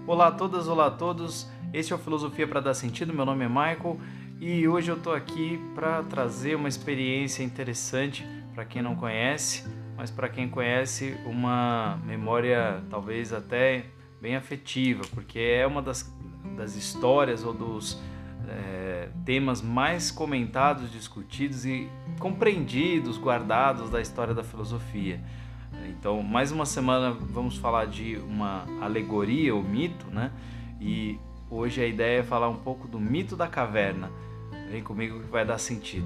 Olá a todas, olá a todos. Este é o Filosofia para Dar Sentido. Meu nome é Michael e hoje eu estou aqui para trazer uma experiência interessante para quem não conhece, mas para quem conhece, uma memória talvez até bem afetiva, porque é uma das histórias ou dos temas mais comentados, discutidos e compreendidos, guardados da história da filosofia. Então, mais uma semana vamos falar de uma alegoria ou mito, né? E hoje a ideia é falar um pouco do mito da caverna. Vem comigo que vai dar sentido.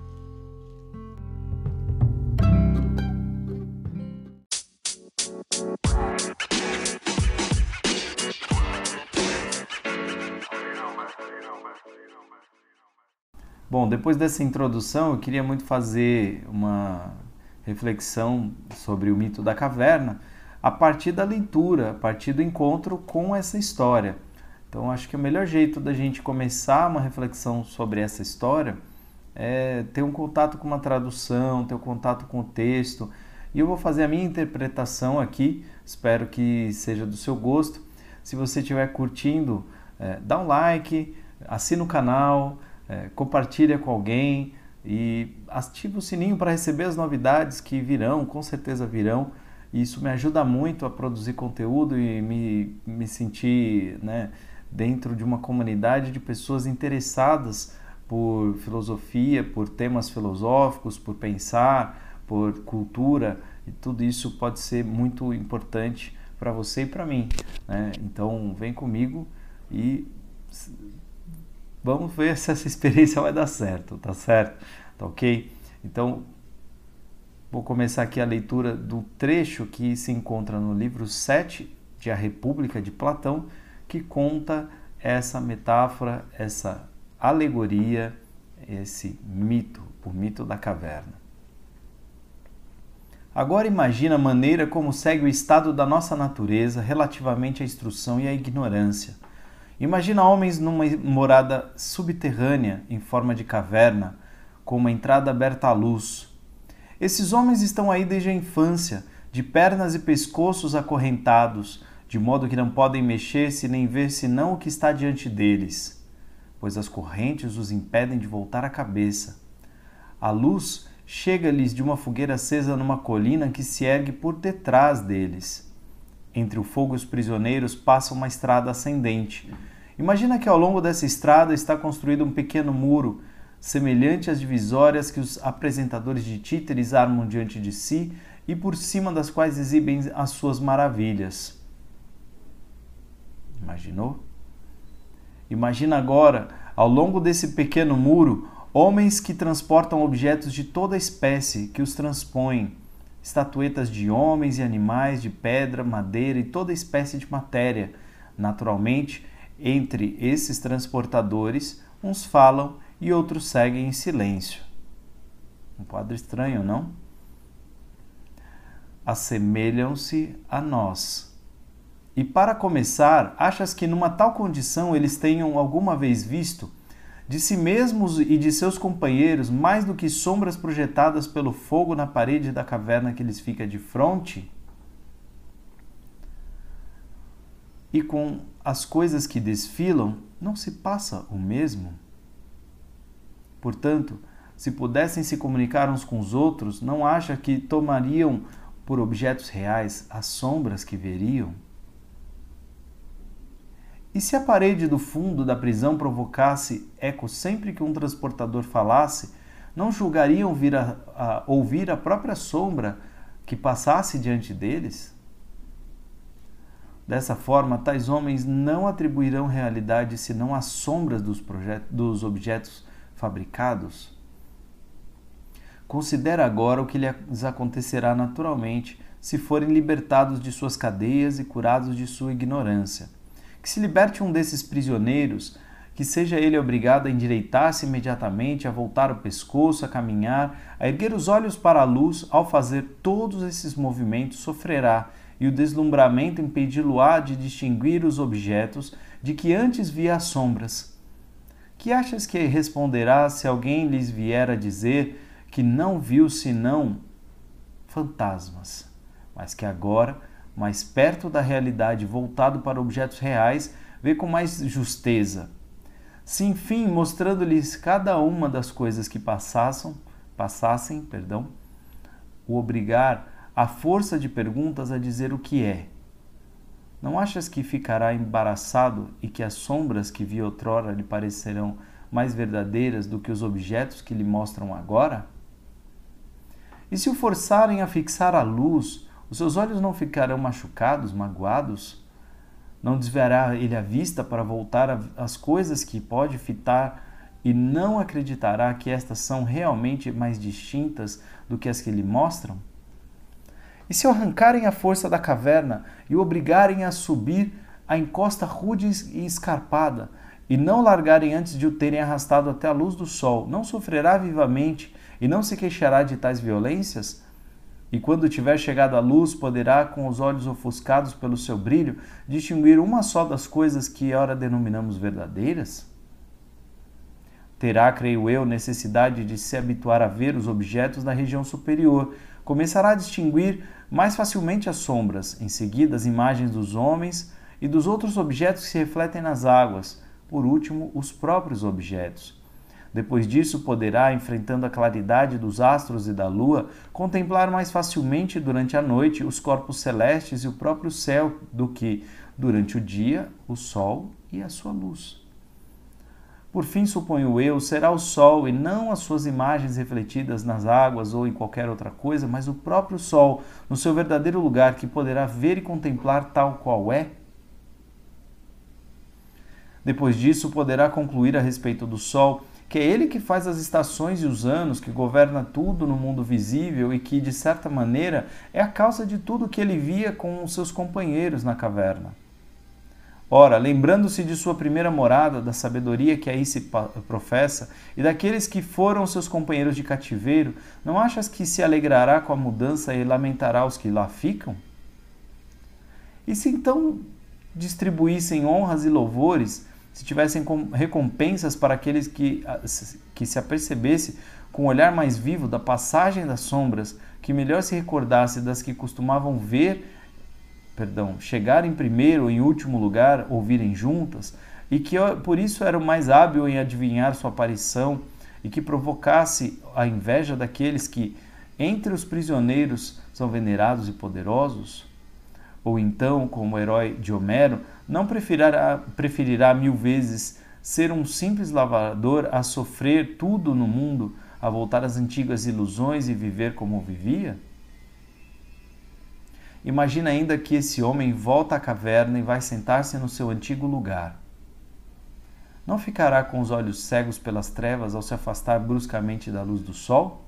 Bom, depois dessa introdução, eu queria muito fazer uma reflexão sobre o mito da caverna a partir da leitura, a partir do encontro com essa história. Então, acho que o melhor jeito da gente começar uma reflexão sobre essa história é ter um contato com uma tradução, ter um contato com o texto. E eu vou fazer a minha interpretação aqui, espero que seja do seu gosto. Se você estiver curtindo, dá um like, assina o canal, compartilha com alguém e ativa o sininho para receber as novidades que virão, com certeza virão. Isso me ajuda muito a produzir conteúdo e me sentir, dentro de uma comunidade de pessoas interessadas por filosofia, por temas filosóficos, por pensar, por cultura, e tudo isso pode ser muito importante para você e para mim, né? Então vem comigo e vamos ver se essa experiência vai dar certo, tá certo? Tá ok? Então, vou começar aqui a leitura do trecho que se encontra no livro 7 de A República de Platão, que conta essa metáfora, essa alegoria, esse mito, o mito da caverna. Agora imagina a maneira como segue o estado da nossa natureza relativamente à instrução e à ignorância. Imagina homens numa morada subterrânea em forma de caverna, com uma entrada aberta à luz. Esses homens estão aí desde a infância, de pernas e pescoços acorrentados, de modo que não podem mexer-se nem ver senão o que está diante deles, pois as correntes os impedem de voltar a cabeça. A luz chega-lhes de uma fogueira acesa numa colina que se ergue por detrás deles. Entre o fogo e os prisioneiros passa uma estrada ascendente. Imagina que ao longo dessa estrada está construído um pequeno muro, semelhante às divisórias que os apresentadores de títeres armam diante de si e por cima das quais exibem as suas maravilhas. Imaginou? Imagina agora, ao longo desse pequeno muro, homens que transportam objetos de toda espécie, que os transpõem, estatuetas de homens e animais, de pedra, madeira e toda espécie de matéria. Naturalmente, entre esses transportadores, uns falam e outros seguem em silêncio. Um quadro estranho, não? Assemelham-se a nós. E para começar, achas que numa tal condição eles tenham alguma vez visto de si mesmos e de seus companheiros mais do que sombras projetadas pelo fogo na parede da caverna que lhes fica de fronte? E com as coisas que desfilam, não se passa o mesmo? Portanto, se pudessem se comunicar uns com os outros, não acha que tomariam por objetos reais as sombras que veriam? E se a parede do fundo da prisão provocasse eco sempre que um transportador falasse, não julgariam ouvir a própria sombra que passasse diante deles? Dessa forma, tais homens não atribuirão realidade senão às sombras dos objetos fabricados. Considera agora o que lhes acontecerá naturalmente se forem libertados de suas cadeias e curados de sua ignorância. Que se liberte um desses prisioneiros, que seja ele obrigado a endireitar-se imediatamente, a voltar o pescoço, a caminhar, a erguer os olhos para a luz, ao fazer todos esses movimentos sofrerá, e o deslumbramento impedi-lo-á de distinguir os objetos de que antes via as sombras. Que achas que responderá se alguém lhes vier a dizer que não viu senão fantasmas, mas que agora mais perto da realidade, voltado para objetos reais, vê com mais justeza. Se, enfim, mostrando-lhes cada uma das coisas que passassem, o obrigar à força de perguntas a dizer o que é. Não achas que ficará embaraçado e que as sombras que vi outrora lhe parecerão mais verdadeiras do que os objetos que lhe mostram agora? E se o forçarem a fixar a luz, os seus olhos não ficarão machucados, magoados? Não desviará ele a vista para voltar às coisas que pode fitar e não acreditará que estas são realmente mais distintas do que as que lhe mostram? E se o arrancarem à força da caverna e o obrigarem a subir a encosta rude e escarpada, e não largarem antes de o terem arrastado até a luz do sol, não sofrerá vivamente e não se queixará de tais violências? E quando tiver chegado à luz, poderá, com os olhos ofuscados pelo seu brilho, distinguir uma só das coisas que ora denominamos verdadeiras? Terá, creio eu, necessidade de se habituar a ver os objetos da região superior. Começará a distinguir mais facilmente as sombras, em seguida as imagens dos homens e dos outros objetos que se refletem nas águas, por último, os próprios objetos. Depois disso, poderá, enfrentando a claridade dos astros e da lua, contemplar mais facilmente durante a noite os corpos celestes e o próprio céu do que, durante o dia, o sol e a sua luz. Por fim, suponho eu, será o sol e não as suas imagens refletidas nas águas ou em qualquer outra coisa, mas o próprio sol, no seu verdadeiro lugar, que poderá ver e contemplar tal qual é. Depois disso, poderá concluir a respeito do sol que é ele que faz as estações e os anos, que governa tudo no mundo visível e que, de certa maneira, é a causa de tudo que ele via com os seus companheiros na caverna. Ora, lembrando-se de sua primeira morada, da sabedoria que aí se professa e daqueles que foram seus companheiros de cativeiro, não achas que se alegrará com a mudança e lamentará os que lá ficam? E se então distribuíssem honras e louvores, se tivessem recompensas para aqueles que se apercebesse com o olhar mais vivo da passagem das sombras, que melhor se recordasse das que costumavam chegar em primeiro ou em último lugar, ouvirem juntas, e que por isso era o mais hábil em adivinhar sua aparição, e que provocasse a inveja daqueles que, entre os prisioneiros, são venerados e poderosos? Ou então, como o herói de Homero, não preferirá 1000 vezes ser um simples lavrador a sofrer tudo no mundo, a voltar às antigas ilusões e viver como vivia? Imagina ainda que esse homem volta à caverna e vai sentar-se no seu antigo lugar. Não ficará com os olhos cegos pelas trevas ao se afastar bruscamente da luz do sol?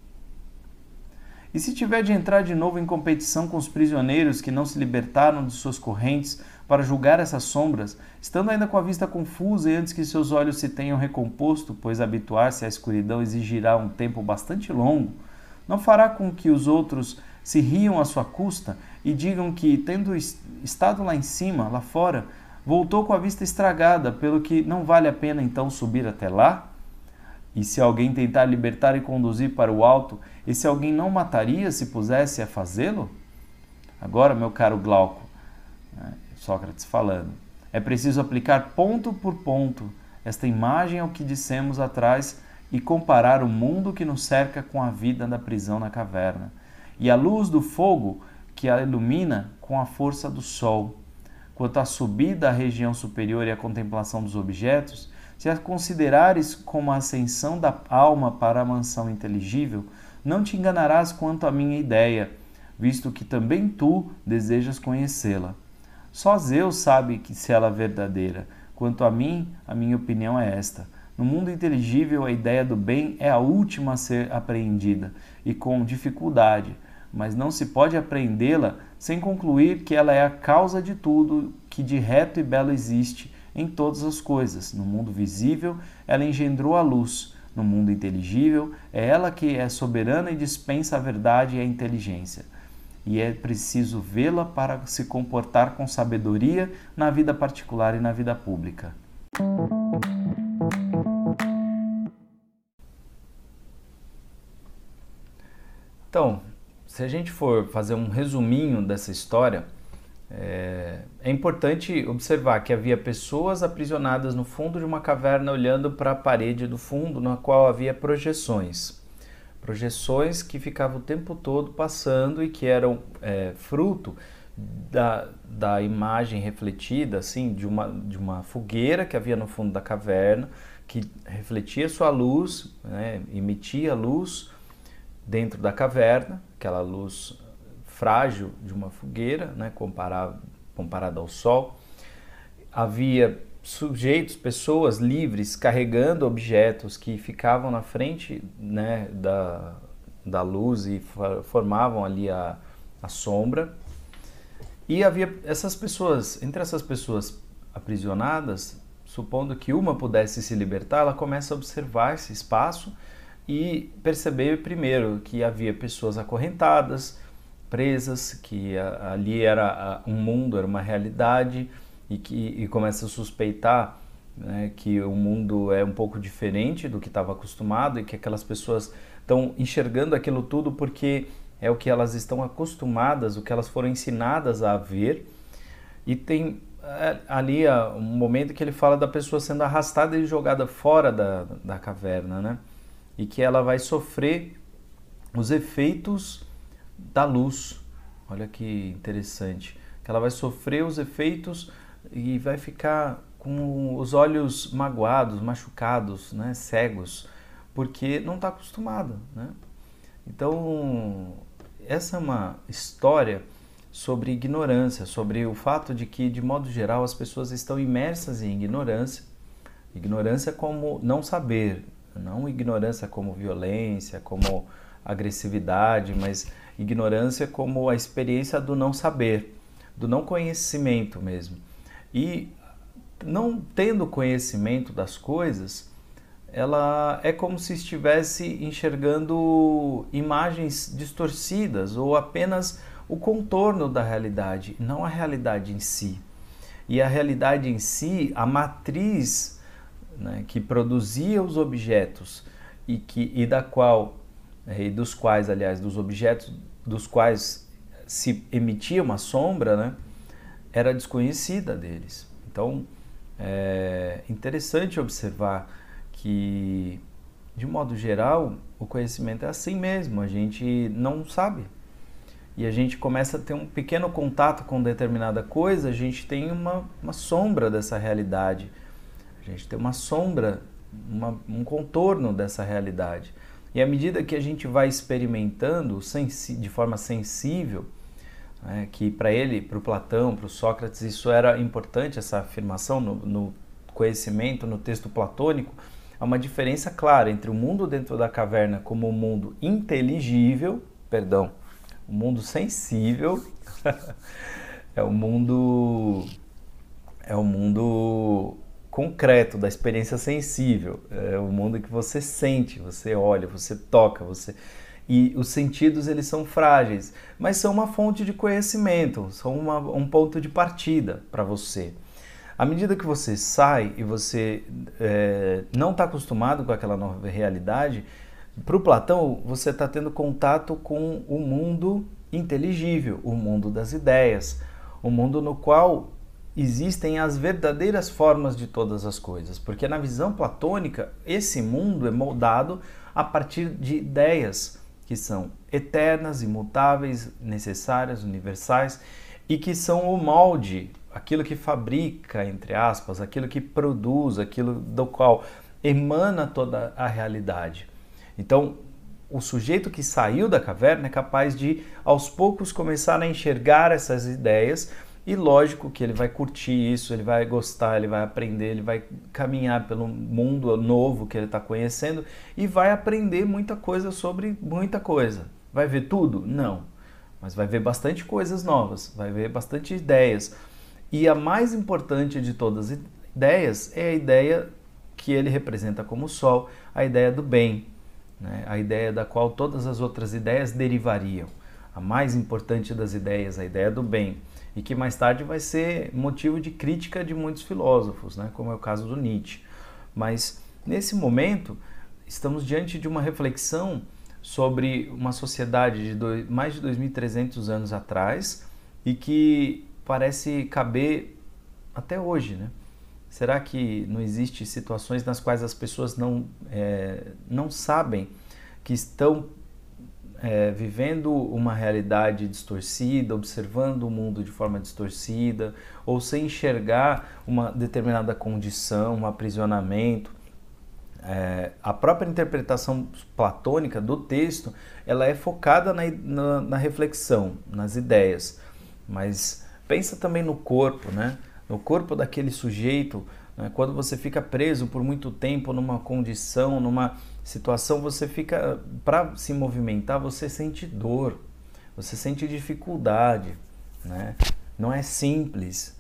E se tiver de entrar de novo em competição com os prisioneiros que não se libertaram de suas correntes para julgar essas sombras, estando ainda com a vista confusa e antes que seus olhos se tenham recomposto, pois habituar-se à escuridão exigirá um tempo bastante longo, não fará com que os outros se riam à sua custa e digam que, tendo estado lá em cima, lá fora, voltou com a vista estragada, pelo que não vale a pena então subir até lá? E se alguém tentar libertar e conduzir para o alto, esse alguém não mataria se pusesse a fazê-lo? Agora, meu caro Glauco, Sócrates falando, é preciso aplicar ponto por ponto esta imagem ao que dissemos atrás e comparar o mundo que nos cerca com a vida da prisão na caverna, e a luz do fogo que a ilumina com a força do sol. Quanto à subida à região superior e à contemplação dos objetos, se a considerares como a ascensão da alma para a mansão inteligível, não te enganarás quanto à minha ideia, visto que também tu desejas conhecê-la. Só Zeus sabe se ela é verdadeira. Quanto a mim, a minha opinião é esta. No mundo inteligível, a ideia do bem é a última a ser apreendida, e com dificuldade, mas não se pode apreendê-la sem concluir que ela é a causa de tudo que de reto e belo existe em todas as coisas. No mundo visível, ela engendrou a luz. No mundo inteligível, é ela que é soberana e dispensa a verdade e a inteligência. E é preciso vê-la para se comportar com sabedoria na vida particular e na vida pública. Então, se a gente for fazer um resuminho dessa história, é importante observar que havia pessoas aprisionadas no fundo de uma caverna olhando para a parede do fundo, na qual havia projeções. Projeções que ficavam o tempo todo passando e que eram fruto da imagem refletida, assim, de uma fogueira que havia no fundo da caverna, que refletia sua luz, né, emitia luz dentro da caverna, aquela luz frágil de uma fogueira, né, comparada ao sol. Havia sujeitos, pessoas livres, carregando objetos que ficavam na frente, né, da luz e formavam ali a sombra. E havia essas pessoas, entre essas pessoas aprisionadas, supondo que uma pudesse se libertar, ela começa a observar esse espaço e perceber primeiro que havia pessoas acorrentadas, presas, que ali era um mundo, era uma realidade, e começa a suspeitar, né, que o mundo é um pouco diferente do que estava acostumado e que aquelas pessoas estão enxergando aquilo tudo porque é o que elas estão acostumadas, o que elas foram ensinadas a ver. E tem ali um momento que ele fala da pessoa sendo arrastada e jogada fora da caverna, né? E que ela vai sofrer os efeitos da luz. Olha que interessante. Que ela vai sofrer os efeitos e vai ficar com os olhos magoados, machucados, né? Cegos, porque não está acostumada, né? Então, essa é uma história sobre ignorância, sobre o fato de que, de modo geral, as pessoas estão imersas em ignorância. Ignorância como não saber, não ignorância como violência, como agressividade, mas ignorância como a experiência do não saber, do não conhecimento mesmo. E não tendo conhecimento das coisas, ela é como se estivesse enxergando imagens distorcidas ou apenas o contorno da realidade, não a realidade em si. E a realidade em si, a matriz, né, que produzia os objetos e dos quais, aliás, dos objetos dos quais se emitia uma sombra, né, era desconhecida deles. Então, é interessante observar que, de modo geral, o conhecimento é assim mesmo, a gente não sabe. E a gente começa a ter um pequeno contato com determinada coisa, a gente tem uma sombra dessa realidade, a gente tem uma sombra, um contorno dessa realidade. E à medida que a gente vai experimentando de forma sensível, né, que para o Platão, para o Sócrates, isso era importante, essa afirmação no conhecimento, no texto platônico, há uma diferença clara entre o mundo dentro da caverna como um mundo inteligível, o mundo sensível, é o mundo concreto, da experiência sensível, é o mundo que você sente, você olha, você toca, e os sentidos, eles são frágeis, mas são uma fonte de conhecimento, são um ponto de partida para você. À medida que você sai e você não está acostumado com aquela nova realidade, para o Platão, você está tendo contato com o mundo inteligível, o mundo das ideias, o mundo no qual existem as verdadeiras formas de todas as coisas. Porque na visão platônica, esse mundo é moldado a partir de ideias que são eternas, imutáveis, necessárias, universais, e que são o molde, aquilo que fabrica, entre aspas, aquilo que produz, aquilo do qual emana toda a realidade. Então, o sujeito que saiu da caverna é capaz de, aos poucos, começar a enxergar essas ideias, e lógico que ele vai curtir isso, ele vai gostar, ele vai aprender, ele vai caminhar pelo mundo novo que ele está conhecendo e vai aprender muita coisa sobre muita coisa. Vai ver tudo? Não. Mas vai ver bastante coisas novas, vai ver bastante ideias. E a mais importante de todas as ideias é a ideia que ele representa como sol, a ideia do bem, né? A ideia da qual todas as outras ideias derivariam. A mais importante das ideias, a ideia do bem, e que mais tarde vai ser motivo de crítica de muitos filósofos, né? Como é o caso do Nietzsche. Mas nesse momento estamos diante de uma reflexão sobre uma sociedade de mais de 2.300 anos atrás e que parece caber até hoje, né? Será que não existem situações nas quais as pessoas não sabem que estão vivendo uma realidade distorcida, observando o mundo de forma distorcida, ou sem enxergar uma determinada condição, um aprisionamento? A própria interpretação platônica do texto, ela é focada na reflexão, nas ideias, mas pensa também no corpo, né? No corpo daquele sujeito, né? Quando você fica preso por muito tempo numa condição, numa situação, você fica, para se movimentar, você sente dor, você sente dificuldade, né? Não é simples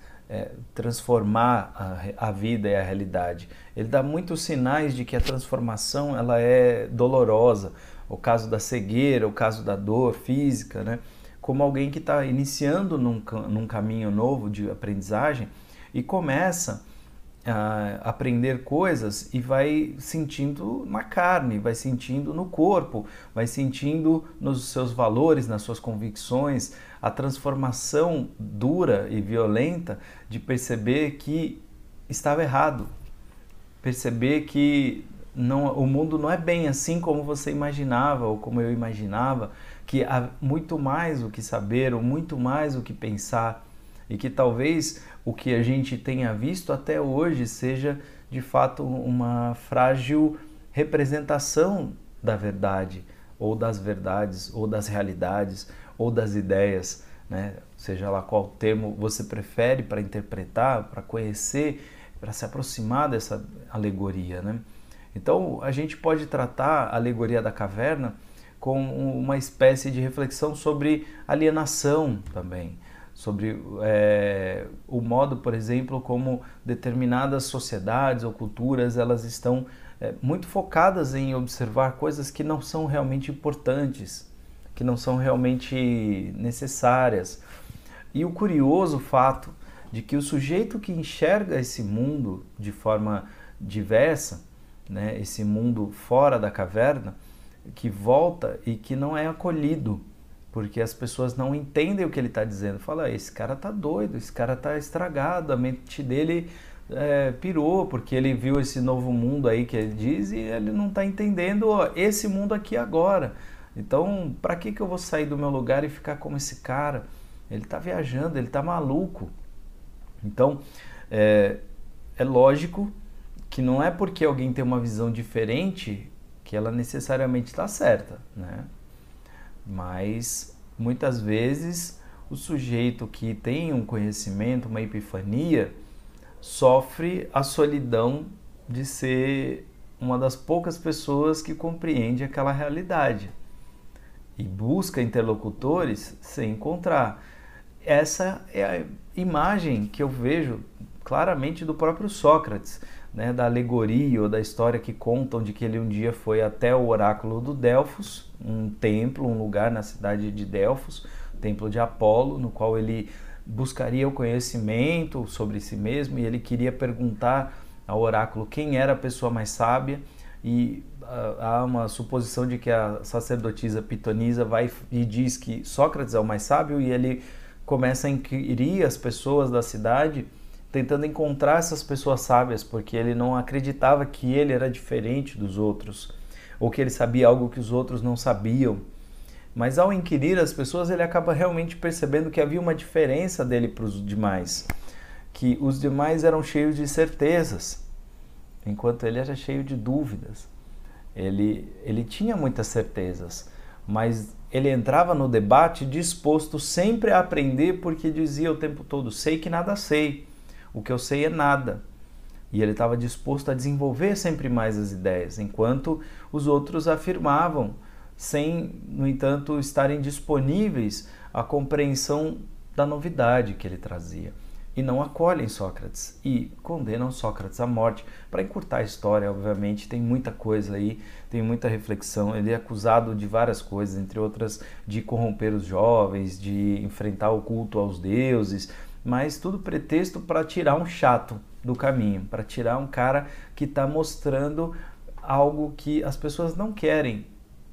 transformar a vida e a realidade. Ele dá muitos sinais de que a transformação ela é dolorosa. O caso da cegueira, o caso da dor física, né? Como alguém que está iniciando num caminho novo de aprendizagem e começa a aprender coisas e vai sentindo na carne, vai sentindo no corpo, vai sentindo nos seus valores, nas suas convicções, a transformação dura e violenta de perceber que estava errado, perceber que o mundo não é bem assim como você imaginava ou como eu imaginava, que há muito mais o que saber ou muito mais o que pensar e que talvez o que a gente tenha visto até hoje seja de fato uma frágil representação da verdade ou das verdades ou das realidades ou das ideias, né? Seja lá qual termo você prefere para interpretar, para conhecer, para se aproximar dessa alegoria, né? Então a gente pode tratar a alegoria da caverna como uma espécie de reflexão sobre alienação também, sobre o modo, por exemplo, como determinadas sociedades ou culturas elas estão muito focadas em observar coisas que não são realmente importantes, que não são realmente necessárias. E o curioso fato de que o sujeito que enxerga esse mundo de forma diversa, né, esse mundo fora da caverna, que volta e que não é acolhido, porque as pessoas não entendem o que ele está dizendo. Fala, esse cara tá doido, esse cara tá estragado, a mente dele pirou, porque ele viu esse novo mundo aí que ele diz e ele não está entendendo esse mundo aqui agora. Então, para que eu vou sair do meu lugar e ficar como esse cara? Ele está viajando, ele está maluco. Então, é lógico que não é porque alguém tem uma visão diferente que ela necessariamente está certa, né? Mas, muitas vezes, o sujeito que tem um conhecimento, uma epifania, sofre a solidão de ser uma das poucas pessoas que compreende aquela realidade e busca interlocutores sem encontrar. Essa é a imagem que eu vejo claramente do próprio Sócrates, né, da alegoria ou da história que contam de que ele um dia foi até o oráculo do Delfos, um templo, um lugar na cidade de Delfos, templo de Apolo, no qual ele buscaria o conhecimento sobre si mesmo e ele queria perguntar ao oráculo quem era a pessoa mais sábia, e há uma suposição de que a sacerdotisa Pitonisa vai e diz que Sócrates é o mais sábio, e ele começa a inquirir as pessoas da cidade tentando encontrar essas pessoas sábias, porque ele não acreditava que ele era diferente dos outros, ou que ele sabia algo que os outros não sabiam. Mas ao inquirir as pessoas, ele acaba realmente percebendo que havia uma diferença dele para os demais, que os demais eram cheios de certezas, enquanto ele era cheio de dúvidas. Ele tinha muitas certezas, mas ele entrava no debate disposto sempre a aprender, porque dizia o tempo todo, sei que nada sei. O que eu sei é nada. E ele estava disposto a desenvolver sempre mais as ideias, enquanto os outros afirmavam, sem, no entanto, estarem disponíveis à compreensão da novidade que ele trazia. E não acolhem Sócrates e condenam Sócrates à morte. Para encurtar a história, obviamente, tem muita coisa aí, tem muita reflexão. Ele é acusado de várias coisas, entre outras de corromper os jovens, de enfrentar o culto aos deuses, mas tudo pretexto para tirar um chato do caminho, para tirar um cara que está mostrando algo que as pessoas não querem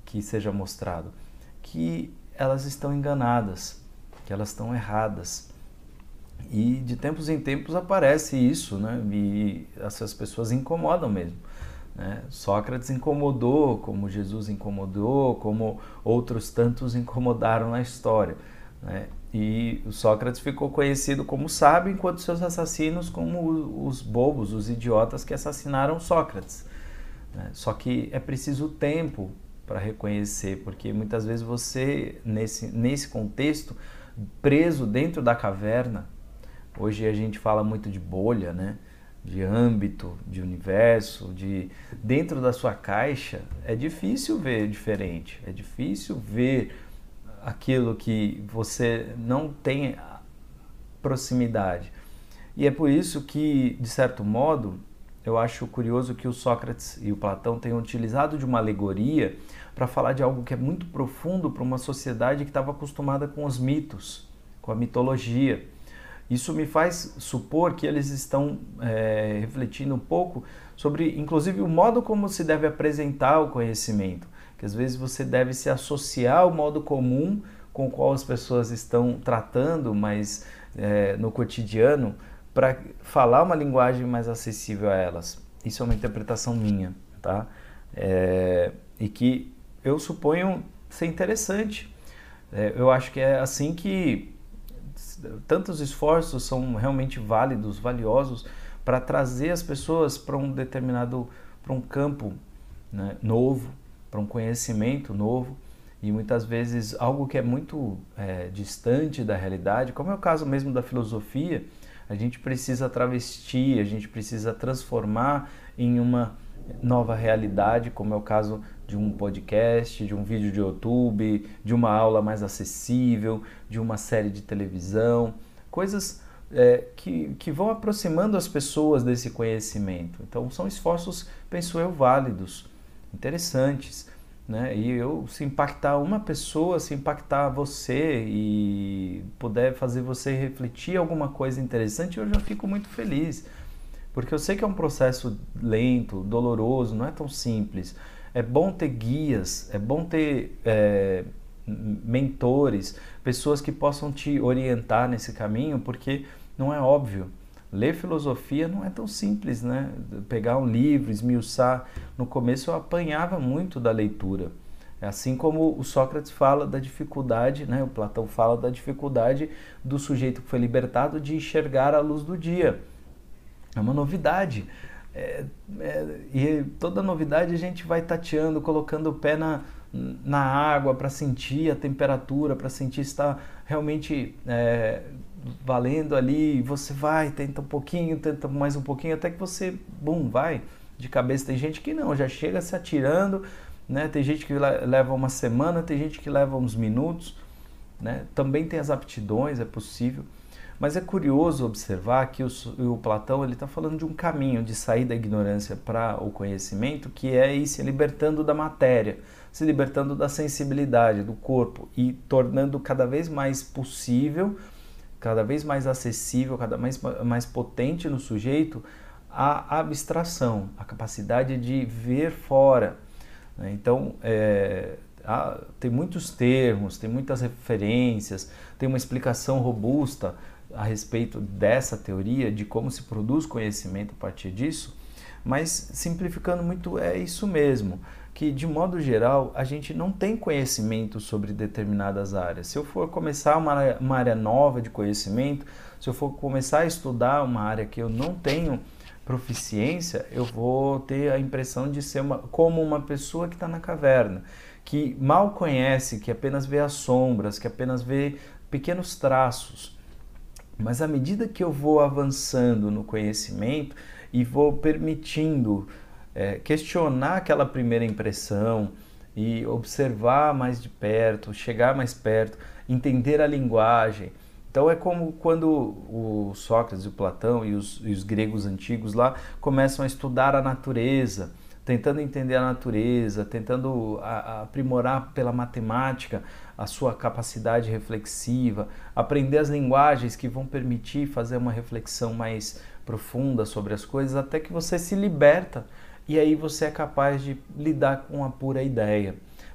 que seja mostrado? Que elas estão enganadas, que elas estão erradas. E de tempos em tempos aparece isso, né? E essas pessoas incomodam mesmo, né? Sócrates incomodou, como Jesus incomodou, como outros tantos incomodaram na história, né? E o Sócrates ficou conhecido como sábio, enquanto seus assassinos como os bobos, os idiotas que assassinaram Sócrates, né? Só que é preciso tempo para reconhecer, porque muitas vezes você, nesse contexto, preso dentro da caverna, hoje a gente fala muito de bolha, né? De âmbito, de universo, dentro da sua caixa, é difícil ver diferente, é difícil ver aquilo que você não tem proximidade. E é por isso que, de certo modo, eu acho curioso que o Sócrates e o Platão tenham utilizado de uma alegoria para falar de algo que é muito profundo para uma sociedade que estava acostumada com os mitos, com a mitologia. Isso me faz supor que eles estão refletindo um pouco sobre, inclusive, o modo como se deve apresentar o conhecimento, que às vezes você deve se associar ao modo comum com o qual as pessoas estão tratando, mas no cotidiano, para falar uma linguagem mais acessível a elas. Isso é uma interpretação minha, tá? E que eu suponho ser interessante. Eu acho que é assim que tantos esforços são realmente válidos, valiosos, para trazer as pessoas para um campo, né, novo, para um conhecimento novo, e muitas vezes algo que é muito distante da realidade, como é o caso mesmo da filosofia, a gente precisa travestir, a gente precisa transformar em uma nova realidade, como é o caso de um podcast, de um vídeo de YouTube, de uma aula mais acessível, de uma série de televisão, coisas que vão aproximando as pessoas desse conhecimento. Então são esforços, penso eu, válidos, interessantes, né? E se impactar uma pessoa, se impactar você e puder fazer você refletir alguma coisa interessante, eu já fico muito feliz. Porque eu sei que é um processo lento, doloroso, não é tão simples. É bom ter guias, é bom ter mentores, pessoas que possam te orientar nesse caminho, porque não é óbvio. Ler filosofia não é tão simples, né? Pegar um livro, esmiuçar. No começo eu apanhava muito da leitura. Assim como o Sócrates fala da dificuldade, né? O Platão fala da dificuldade do sujeito que foi libertado de enxergar a luz do dia. É uma novidade. E toda novidade a gente vai tateando, colocando o pé na água para sentir a temperatura, para sentir se está realmente valendo ali. Você vai, tenta um pouquinho, tenta mais um pouquinho, até que você, vai de cabeça. Tem gente que não, já chega se atirando, né? Tem gente que leva uma semana, tem gente que leva uns minutos, né? Também tem as aptidões, é possível. Mas é curioso observar que o Platão está falando de um caminho de sair da ignorância para o conhecimento, que é ir se libertando da matéria, se libertando da sensibilidade do corpo e tornando cada vez mais possível, cada vez mais acessível, cada vez mais potente no sujeito a abstração, a capacidade de ver fora. Então, tem muitos termos, tem muitas referências, tem uma explicação robusta a respeito dessa teoria, de como se produz conhecimento a partir disso, mas simplificando muito é isso mesmo, que de modo geral a gente não tem conhecimento sobre determinadas áreas. Se eu for começar uma área nova de conhecimento, se eu for começar a estudar uma área que eu não tenho proficiência, eu vou ter a impressão de ser como uma pessoa que está na caverna, que mal conhece, que apenas vê as sombras, que apenas vê pequenos traços. Mas à medida que eu vou avançando no conhecimento e vou permitindo questionar aquela primeira impressão e observar mais de perto, chegar mais perto, entender a linguagem. Então é como quando o Sócrates, o Platão e os gregos antigos lá começam a estudar a natureza, tentando entender a natureza, tentando aprimorar pela matemática a sua capacidade reflexiva, aprender as linguagens que vão permitir fazer uma reflexão mais profunda sobre as coisas, até que você se liberta e aí você é capaz de lidar com a pura ideia.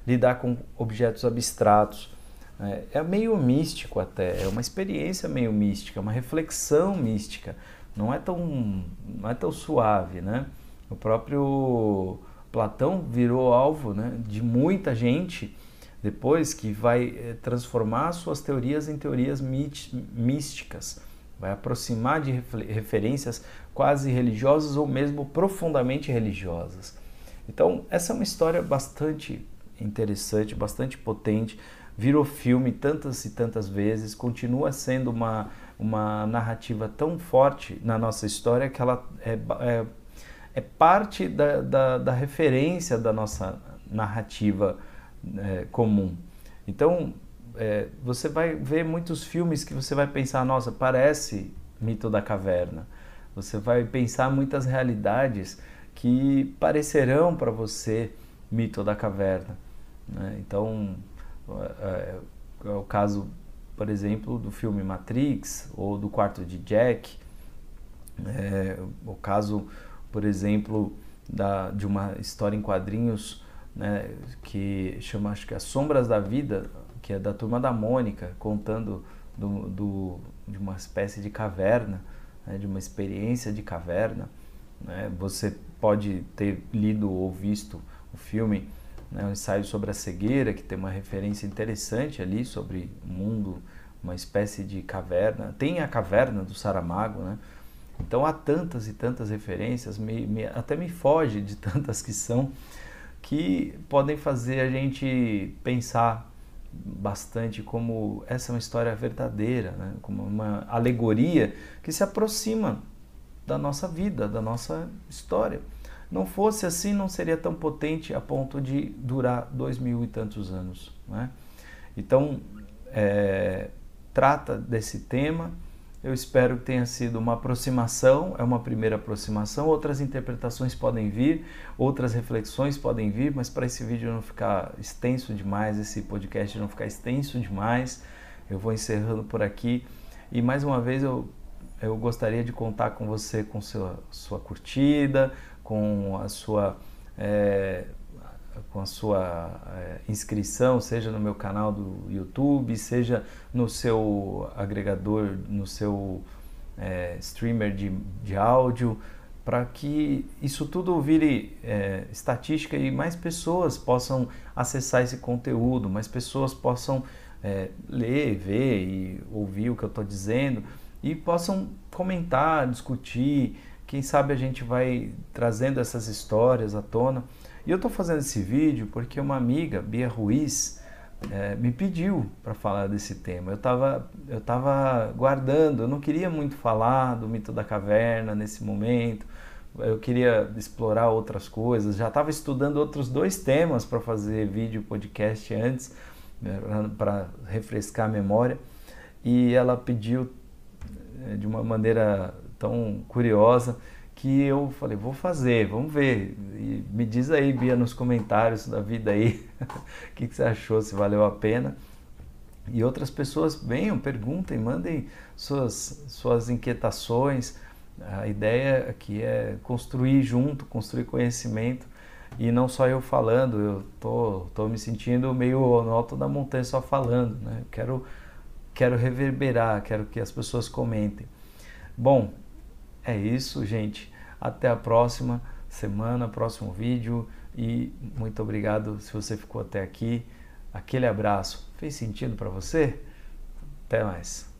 lidar com objetos abstratos. É meio místico até, é uma experiência meio mística, uma reflexão mística, não é tão suave, né? O próprio Platão virou alvo, né, de muita gente depois, que vai transformar suas teorias em teorias místicas, vai aproximar de referências quase religiosas ou mesmo profundamente religiosas. Então, essa é uma história bastante interessante, bastante potente, virou filme tantas e tantas vezes, continua sendo uma narrativa tão forte na nossa história que ela é parte da referência da nossa narrativa comum. Então, você vai ver muitos filmes que você vai pensar, nossa, parece Mito da Caverna. Você vai pensar muitas realidades que parecerão para você Mito da Caverna, né? Então, é o caso, por exemplo, do filme Matrix ou do Quarto de Jack, o caso, por exemplo, de uma história em quadrinhos, né, que chama, acho que As Sombras da Vida, que é da Turma da Mônica, contando de uma espécie de caverna, né, de uma experiência de caverna, né? Você pode ter lido ou visto o filme, né, um ensaio sobre a cegueira, que tem uma referência interessante ali sobre o mundo, uma espécie de caverna. Tem a caverna do Saramago, né? Então há tantas e tantas referências, até me foge de tantas que são, que podem fazer a gente pensar bastante como essa é uma história verdadeira, né? Como uma alegoria que se aproxima da nossa vida, da nossa história. Não fosse assim, não seria tão potente a ponto de durar 2000 e tantos anos, né? Então, trata desse tema. Eu espero que tenha sido uma aproximação, é uma primeira aproximação, outras interpretações podem vir, outras reflexões podem vir, mas para esse vídeo não ficar extenso demais, esse podcast não ficar extenso demais, eu vou encerrando por aqui. E mais uma vez eu gostaria de contar com você, com sua curtida, com a sua inscrição, seja no meu canal do YouTube, seja no seu agregador, no seu streamer de áudio, para que isso tudo vire estatística e mais pessoas possam acessar esse conteúdo, mais pessoas possam ler, ver e ouvir o que eu estou dizendo e possam comentar, discutir. Quem sabe a gente vai trazendo essas histórias à tona. E eu estou fazendo esse vídeo porque uma amiga, Bia Ruiz, me pediu para falar desse tema. Eu tava guardando, eu não queria muito falar do Mito da Caverna nesse momento, eu queria explorar outras coisas, já estava estudando outros 2 temas para fazer vídeo podcast antes, para refrescar a memória, e ela pediu de uma maneira tão curiosa que eu falei, vou fazer, vamos ver. E me diz aí, Bia, nos comentários da vida aí, o que você achou, se valeu a pena. E outras pessoas venham, perguntem, mandem suas inquietações. A ideia aqui é construir junto, construir conhecimento, e não só eu falando. Eu tô me sentindo meio no alto da montanha só falando, né? Quero reverberar, quero que as pessoas comentem. Bom, é isso, gente. Até a próxima semana, próximo vídeo, e muito obrigado se você ficou até aqui. Aquele abraço. Fez sentido para você? Até mais.